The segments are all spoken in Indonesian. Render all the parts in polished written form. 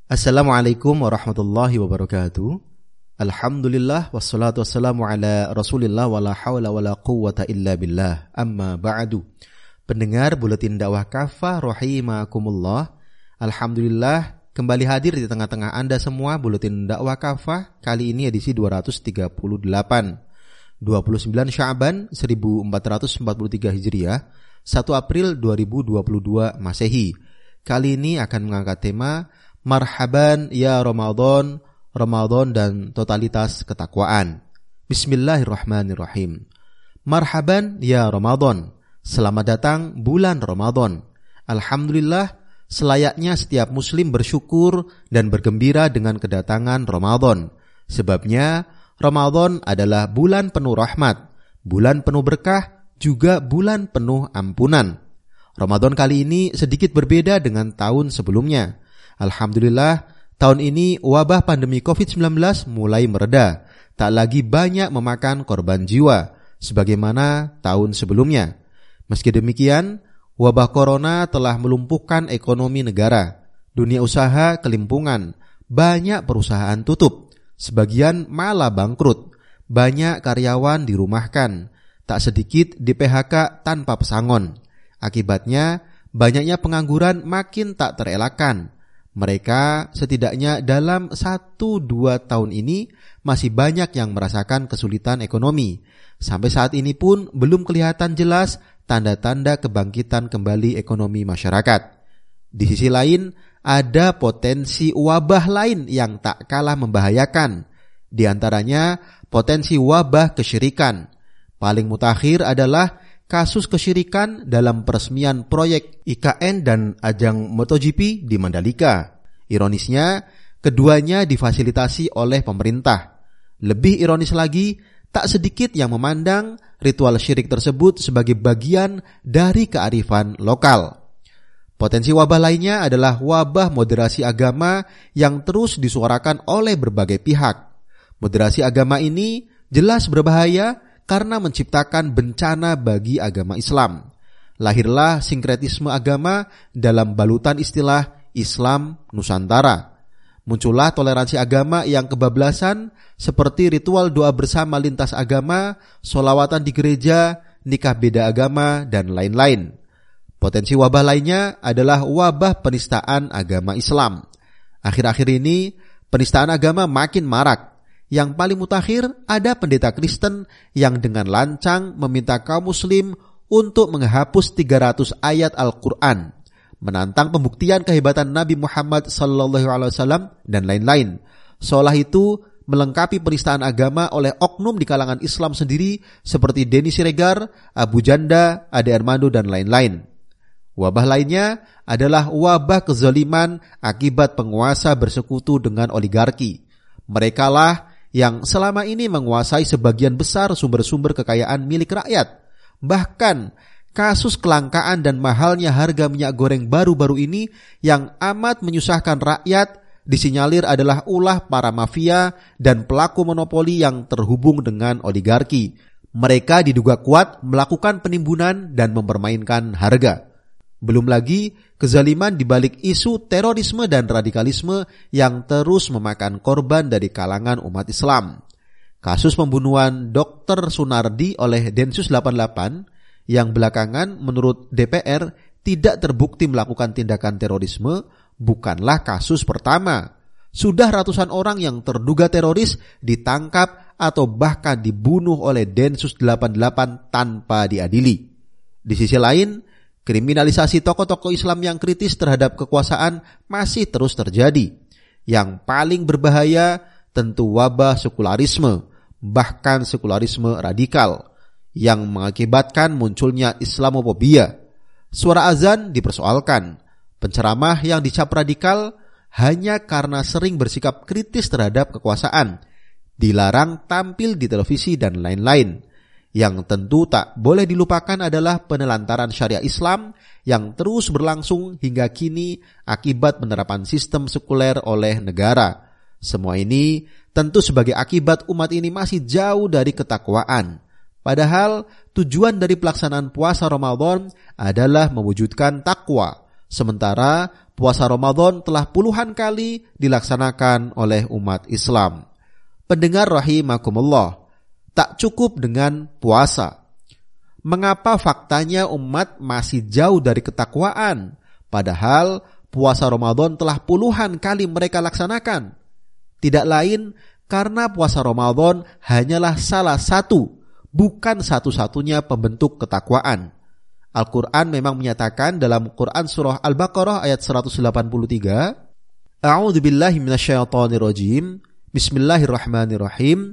Assalamualaikum warahmatullahi wabarakatuh. Alhamdulillah wassalatu wassalamu ala Rasulillah wala haula wala quwwata illa billah. Amma ba'du. Pendengar Buletin Dakwah Kafah rahimakumullah. Alhamdulillah kembali hadir di tengah-tengah Anda semua Buletin Dakwah Kafah. Kali ini edisi 238. 29 Sya'ban 1443 Hijriah, 1 April 2022 Masehi. Kali ini akan mengangkat tema Marhaban ya Ramadan, Ramadan dan totalitas ketakwaan. Bismillahirrahmanirrahim. Marhaban ya Ramadan, selamat datang bulan Ramadan. Alhamdulillah, selayaknya setiap muslim bersyukur dan bergembira dengan kedatangan Ramadan. Sebabnya Ramadan adalah bulan penuh rahmat, bulan penuh berkah, juga bulan penuh ampunan. Ramadan kali ini sedikit berbeda dengan tahun sebelumnya. Alhamdulillah, tahun ini wabah pandemi COVID-19 mulai mereda, tak lagi banyak memakan korban jiwa, sebagaimana tahun sebelumnya. Meski demikian, wabah corona telah melumpuhkan ekonomi negara, dunia usaha kelimpungan, banyak perusahaan tutup, sebagian malah bangkrut, banyak karyawan dirumahkan, tak sedikit di PHK tanpa pesangon. Akibatnya, banyaknya pengangguran makin tak terelakkan. Mereka setidaknya dalam 1-2 tahun ini masih banyak yang merasakan kesulitan ekonomi. Sampai saat ini pun belum kelihatan jelas tanda-tanda kebangkitan kembali ekonomi masyarakat. Di sisi lain, ada potensi wabah lain yang tak kalah membahayakan. Di antaranya potensi wabah kesyirikan. Paling mutakhir adalah kasus kesyirikan dalam peresmian proyek IKN dan ajang MotoGP di Mandalika. Ironisnya, keduanya difasilitasi oleh pemerintah. Lebih ironis lagi, tak sedikit yang memandang ritual syirik tersebut sebagai bagian dari kearifan lokal. Potensi wabah lainnya adalah wabah moderasi agama yang terus disuarakan oleh berbagai pihak. Moderasi agama ini jelas berbahaya karena menciptakan bencana bagi agama Islam. Lahirlah sinkretisme agama dalam balutan istilah Islam Nusantara. Muncullah toleransi agama yang kebablasan seperti ritual doa bersama lintas agama, sholawatan di gereja, nikah beda agama, dan lain-lain. Potensi wabah lainnya adalah wabah penistaan agama Islam. Akhir-akhir ini, penistaan agama makin marak. Yang paling mutakhir ada pendeta Kristen yang dengan lancang meminta kaum muslim untuk menghapus 300 ayat Al-Quran, menantang pembuktian kehebatan Nabi Muhammad SAW dan lain-lain. Seolah itu melengkapi penistaan agama oleh oknum di kalangan Islam sendiri seperti Denny Siregar, Abu Janda, Ade Armando dan lain-lain. Wabah lainnya adalah wabah kezaliman akibat penguasa bersekutu dengan oligarki. Merekalah yang selama ini menguasai sebagian besar sumber-sumber kekayaan milik rakyat. Bahkan, kasus kelangkaan dan mahalnya harga minyak goreng baru-baru ini yang amat menyusahkan rakyat disinyalir adalah ulah para mafia dan pelaku monopoli yang terhubung dengan oligarki. Mereka diduga kuat melakukan penimbunan dan mempermainkan harga. Belum lagi kezaliman di balik isu terorisme dan radikalisme yang terus memakan korban dari kalangan umat Islam. Kasus pembunuhan Dr. Sunardi oleh Densus 88 yang belakangan menurut DPR tidak terbukti melakukan tindakan terorisme bukanlah kasus pertama. Sudah ratusan orang yang terduga teroris ditangkap atau bahkan dibunuh oleh Densus 88 tanpa diadili. Di sisi lain, kriminalisasi tokoh-tokoh Islam yang kritis terhadap kekuasaan masih terus terjadi. Yang paling berbahaya tentu wabah sekularisme, bahkan sekularisme radikal, yang mengakibatkan munculnya Islamofobia. Suara azan dipersoalkan, penceramah yang dicap radikal hanya karena sering bersikap kritis terhadap kekuasaan, dilarang tampil di televisi dan lain-lain. Yang tentu tak boleh dilupakan adalah penelantaran syariah Islam yang terus berlangsung hingga kini akibat penerapan sistem sekuler oleh negara. Semua ini tentu sebagai akibat umat ini masih jauh dari ketakwaan. Padahal tujuan dari pelaksanaan puasa Ramadan adalah mewujudkan takwa. Sementara puasa Ramadan telah puluhan kali dilaksanakan oleh umat Islam. Pendengar rahimakumullah, tak cukup dengan puasa. Mengapa faktanya umat masih jauh dari ketakwaan, padahal puasa Ramadan telah puluhan kali mereka laksanakan? Tidak lain karena puasa Ramadan hanyalah salah satu, bukan satu-satunya pembentuk ketakwaan. Al-Quran memang menyatakan dalam Quran surah Al-Baqarah ayat 183, A'udzu billahi minasyaitonir rajim. Bismillahirrahmanirrahim.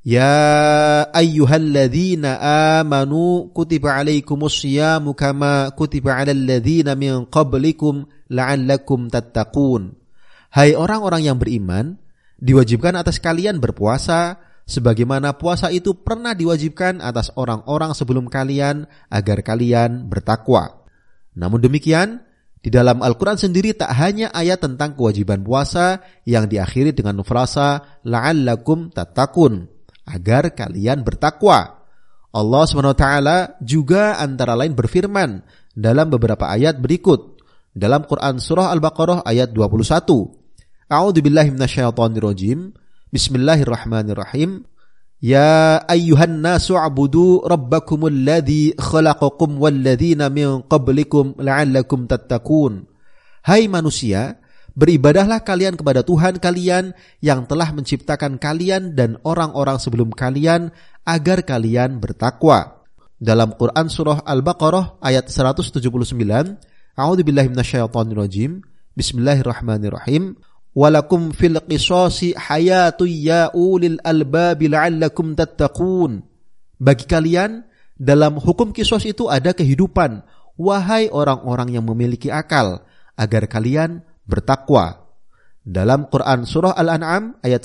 Ya ayyuhalladzina amanu kutiba alaikumus syiyamu kama kutiba alal ladzina min qablikum la'allakum tattaqun. Hai orang-orang yang beriman, diwajibkan atas kalian berpuasa sebagaimana puasa itu pernah diwajibkan atas orang-orang sebelum kalian agar kalian bertakwa. Namun demikian, di dalam Al-Quran sendiri tak hanya ayat tentang kewajiban puasa yang diakhiri dengan frasa la'allakum tattaqun, agar kalian bertakwa. Allah SWT juga antara lain berfirman dalam beberapa ayat berikut dalam Quran surah Al-Baqarah ayat 21. A'udzu billahi minasyaitonir rajim. Bismillahirrahmanirrahim. Ya ayyuhan nasu a'budu rabbakumul ladzi khalaqakum wal ladzina min qablikum la'allakum tattaqun. Hai manusia, beribadahlah kalian kepada Tuhan kalian yang telah menciptakan kalian dan orang-orang sebelum kalian agar kalian bertakwa. Dalam Quran surah Al-Baqarah ayat 179, A'udzu billahi minasyaitonir rajim. Bismillahirrahmanirrahim. Walakum fil qisasi hayatun ya ulil albabi la'allakum tattaqun. Bagi kalian dalam hukum kisos itu ada kehidupan, wahai orang-orang yang memiliki akal, agar kalian bertakwa. Dalam Quran surah Al-An'am ayat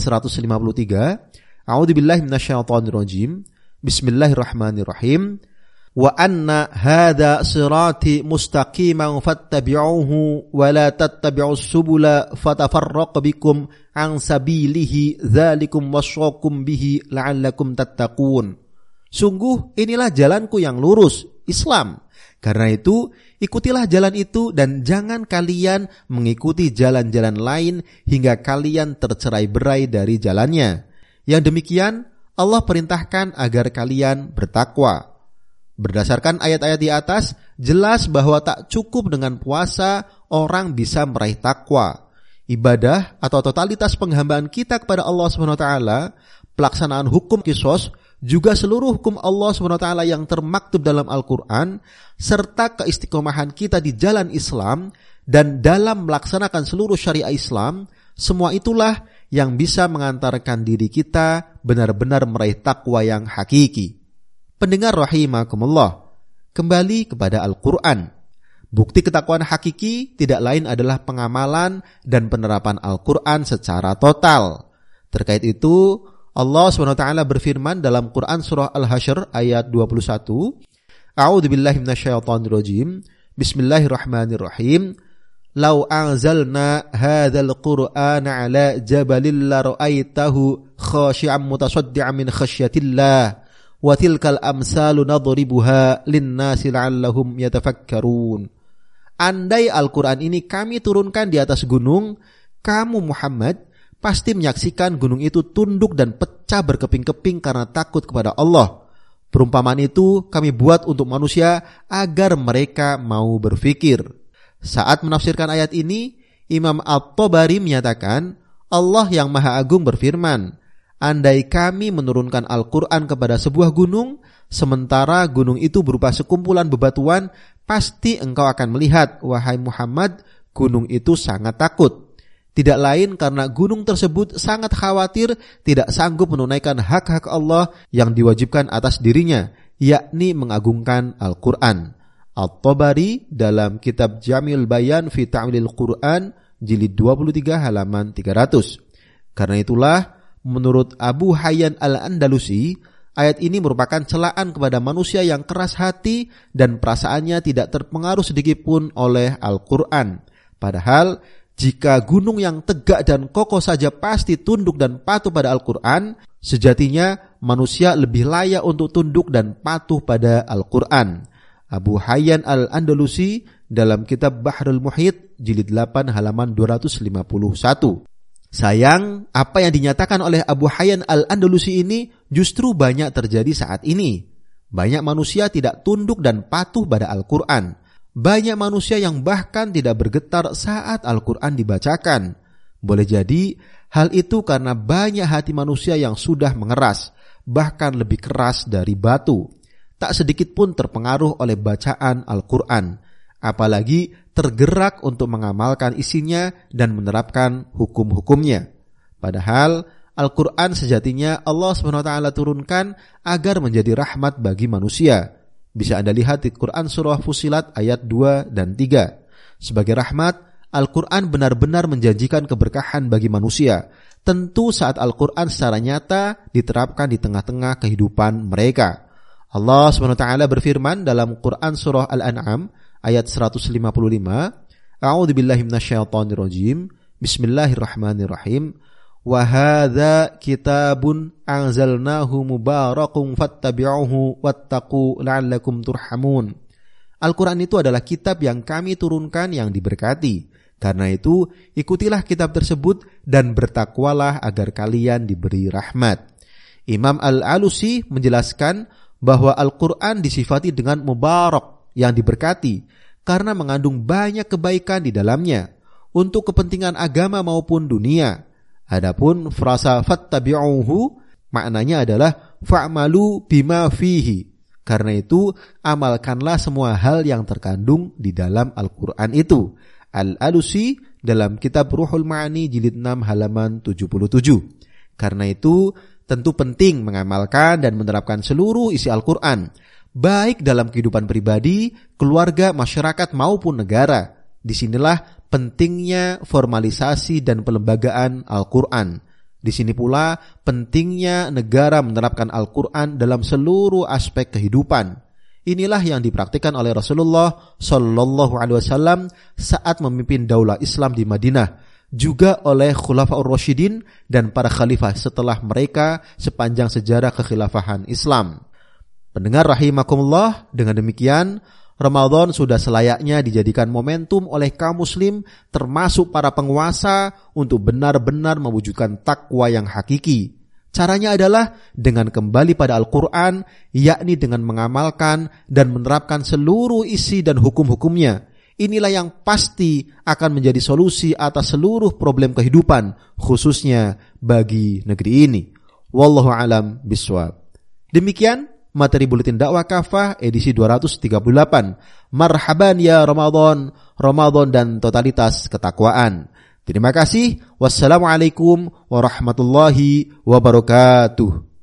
153, A'udzu billahi minasyaitonir rajim. Bismillahirrahmanirrahim. Wa anna hadza sirati mustaqiman fattabi'uhu wa la tattabi'us subula fatafarraqu bikum an sabilihi dzalikum wasyaqum bihi la'allakum tattaqun. Sungguh inilah jalanku yang lurus, Islam. Karena itu ikutilah jalan itu dan jangan kalian mengikuti jalan-jalan lain hingga kalian tercerai-berai dari jalannya. Yang demikian Allah perintahkan agar kalian bertakwa. Berdasarkan ayat-ayat di atas, jelas bahwa tak cukup dengan puasa orang bisa meraih takwa. Ibadah atau totalitas penghambaan kita kepada Allah SWT, pelaksanaan hukum kisos, juga seluruh hukum Allah SWT yang termaktub dalam Al-Quran, serta keistiqomahan kita di jalan Islam, dan dalam melaksanakan seluruh syariah Islam, semua itulah yang bisa mengantarkan diri kita benar-benar meraih takwa yang hakiki. Pendengar rahimakumullah, kembali kepada Al-Quran. Bukti ketakwaan hakiki tidak lain adalah pengamalan dan penerapan Al-Quran secara total. Terkait itu, Allah SWT berfirman dalam Quran surah Al-Hasyr ayat 21, A'udzu billahi minasyaitonir rajim. Bismillahirrahmanirrahim. Lau anzalna hadzal Qur'ana 'ala jabalin la ra'aitahu khashi'an mutasaddi'an min khasyatillah. Wa tilkal amsalu nadribuha linnasi la'allahum yatafakkarun. Andai Al-Quran ini kami turunkan di atas gunung, kamu Muhammad pasti menyaksikan gunung itu tunduk dan pecah berkeping-keping karena takut kepada Allah. Perumpamaan itu kami buat untuk manusia agar mereka mau berfikir. Saat menafsirkan ayat ini, Imam At-Tabari menyatakan, Allah yang Maha Agung berfirman, andai kami menurunkan Al-Quran kepada sebuah gunung, sementara gunung itu berupa sekumpulan bebatuan, pasti engkau akan melihat, wahai Muhammad, gunung itu sangat takut. Tidak lain karena gunung tersebut sangat khawatir tidak sanggup menunaikan hak-hak Allah yang diwajibkan atas dirinya, yakni mengagungkan Al-Quran. At-Tabari dalam kitab Jamil Bayan fi Ta'wilil Quran, jilid 23 halaman 300. Karena itulah, menurut Abu Hayyan Al-Andalusi, ayat ini merupakan celaan kepada manusia yang keras hati dan perasaannya tidak terpengaruh sedikitpun oleh Al-Quran. Padahal, jika gunung yang tegak dan kokoh saja pasti tunduk dan patuh pada Al-Quran, sejatinya manusia lebih layak untuk tunduk dan patuh pada Al-Quran. Abu Hayyan Al-Andalusi dalam kitab Bahrul Muhit jilid 8 halaman 251. Sayang, apa yang dinyatakan oleh Abu Hayyan Al-Andalusi ini justru banyak terjadi saat ini. Banyak manusia tidak tunduk dan patuh pada Al-Quran. Banyak manusia yang bahkan tidak bergetar saat Al-Quran dibacakan. Boleh jadi hal itu karena banyak hati manusia yang sudah mengeras, bahkan lebih keras dari batu. Tak sedikit pun terpengaruh oleh bacaan Al-Quran, apalagi tergerak untuk mengamalkan isinya dan menerapkan hukum-hukumnya. Padahal Al-Quran sejatinya Allah SWT turunkan agar menjadi rahmat bagi manusia. Bisa Anda lihat di Quran Surah Fussilat ayat 2 dan 3. Sebagai rahmat, Al-Quran benar-benar menjanjikan keberkahan bagi manusia. Tentu saat Al-Quran secara nyata diterapkan di tengah-tengah kehidupan mereka. Allah SWT berfirman dalam Quran Surah Al-An'am ayat 155, A'udzubillahi minasyaitonirrajim, Bismillahirrahmanirrahim, wa hadza kitabun anzalnahu mubarakun fattabi'uhu wattaqu la'allakum turhamun. Al-Quran itu adalah kitab yang kami turunkan yang diberkati. Karena itu, ikutilah kitab tersebut dan bertakwalah agar kalian diberi rahmat. Imam Al-Alusi menjelaskan bahwa Al-Quran disifati dengan mubarak, yang diberkati, karena mengandung banyak kebaikan di dalamnya, untuk kepentingan agama maupun dunia. Adapun frasa fattabi'uhu, maknanya adalah fa'malu bima fihi. Karena itu, amalkanlah semua hal yang terkandung di dalam Al-Quran itu. Al-Alusi dalam kitab Ruhul Ma'ani jilid 6 halaman 77. Karena itu, tentu penting mengamalkan dan menerapkan seluruh isi Al-Quran, baik dalam kehidupan pribadi, keluarga, masyarakat maupun negara. Disinilah pentingnya formalisasi dan pelembagaan Al-Quran. Di sini pula pentingnya negara menerapkan Al-Quran dalam seluruh aspek kehidupan. Inilah yang dipraktikkan oleh Rasulullah Shallallahu Alaihi Wasallam saat memimpin daulah Islam di Madinah, juga oleh Khulafaur Rasyidin dan para khalifah setelah mereka sepanjang sejarah kekhilafahan Islam. Pendengar rahimakumullah, dengan demikian Ramadan sudah selayaknya dijadikan momentum oleh kaum muslim termasuk para penguasa untuk benar-benar mewujudkan takwa yang hakiki. Caranya adalah dengan kembali pada Al-Quran, yakni dengan mengamalkan dan menerapkan seluruh isi dan hukum-hukumnya. Inilah yang pasti akan menjadi solusi atas seluruh problem kehidupan, khususnya bagi negeri ini. Wallahu a'lam bishawab. Demikian materi Buletin Dakwah Kafah edisi 238. Marhaban ya Ramadan, Ramadan dan totalitas ketakwaan. Terima kasih. Wassalamualaikum warahmatullahi wabarakatuh.